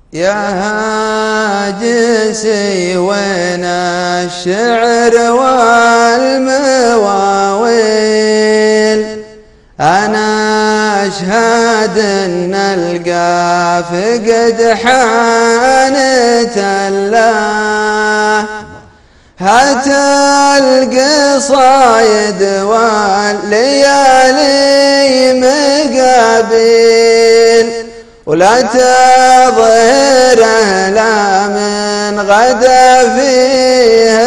يا هاجسي وين الشعر والمواويل، أنا أشهد أن القاف قد حانت الله، هات القصايد والليالي مقابل، ولا تظهر لا من غدا فيه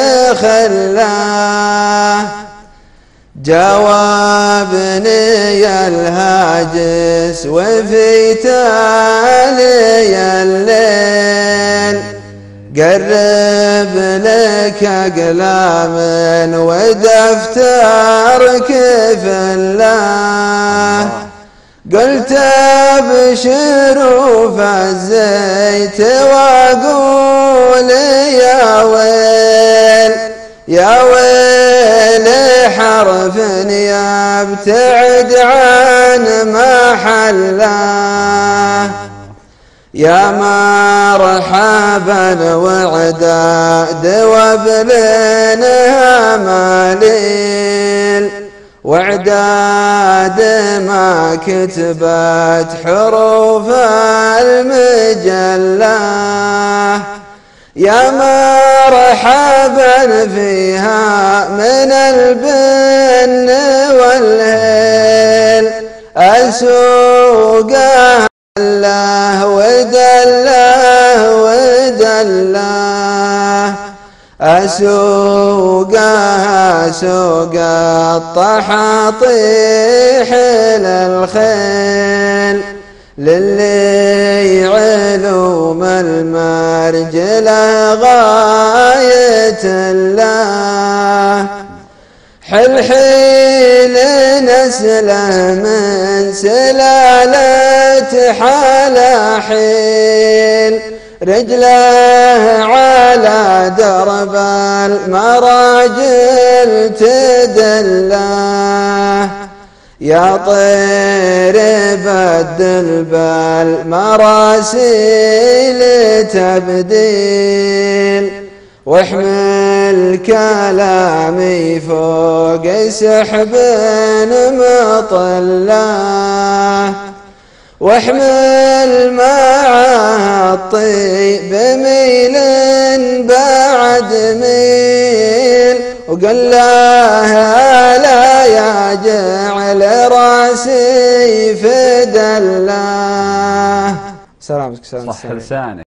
خلاه، جوابني الهاجس وفي تالي الليل، قرب لك أقلام ودفتر كفله، قلت ابشروا فزيت واقول يا ويل، يا ويل حرف يبتعد عن محله، يا مرحبا وعداد وابلنها مليل، وعداد ما كتبت حروف المجلة، يا مرحبا فيها من البن والهيل، أسوقها الله ودله ودله، أسوقها سوق الطحاطيح للخيل، للي علوم المرجلة غاية الله، حلحيل نسله من سلالة حلاحيل، رجله على درب المراجل تدله، يا طير بدل بالمراسيل تبديل، واحمل كلامي فوق سحب مطله، واحمل معه الطيب ميل بعد ميل، وقل له لا يجعل راسي فدله. سلامتك. صح لسانك.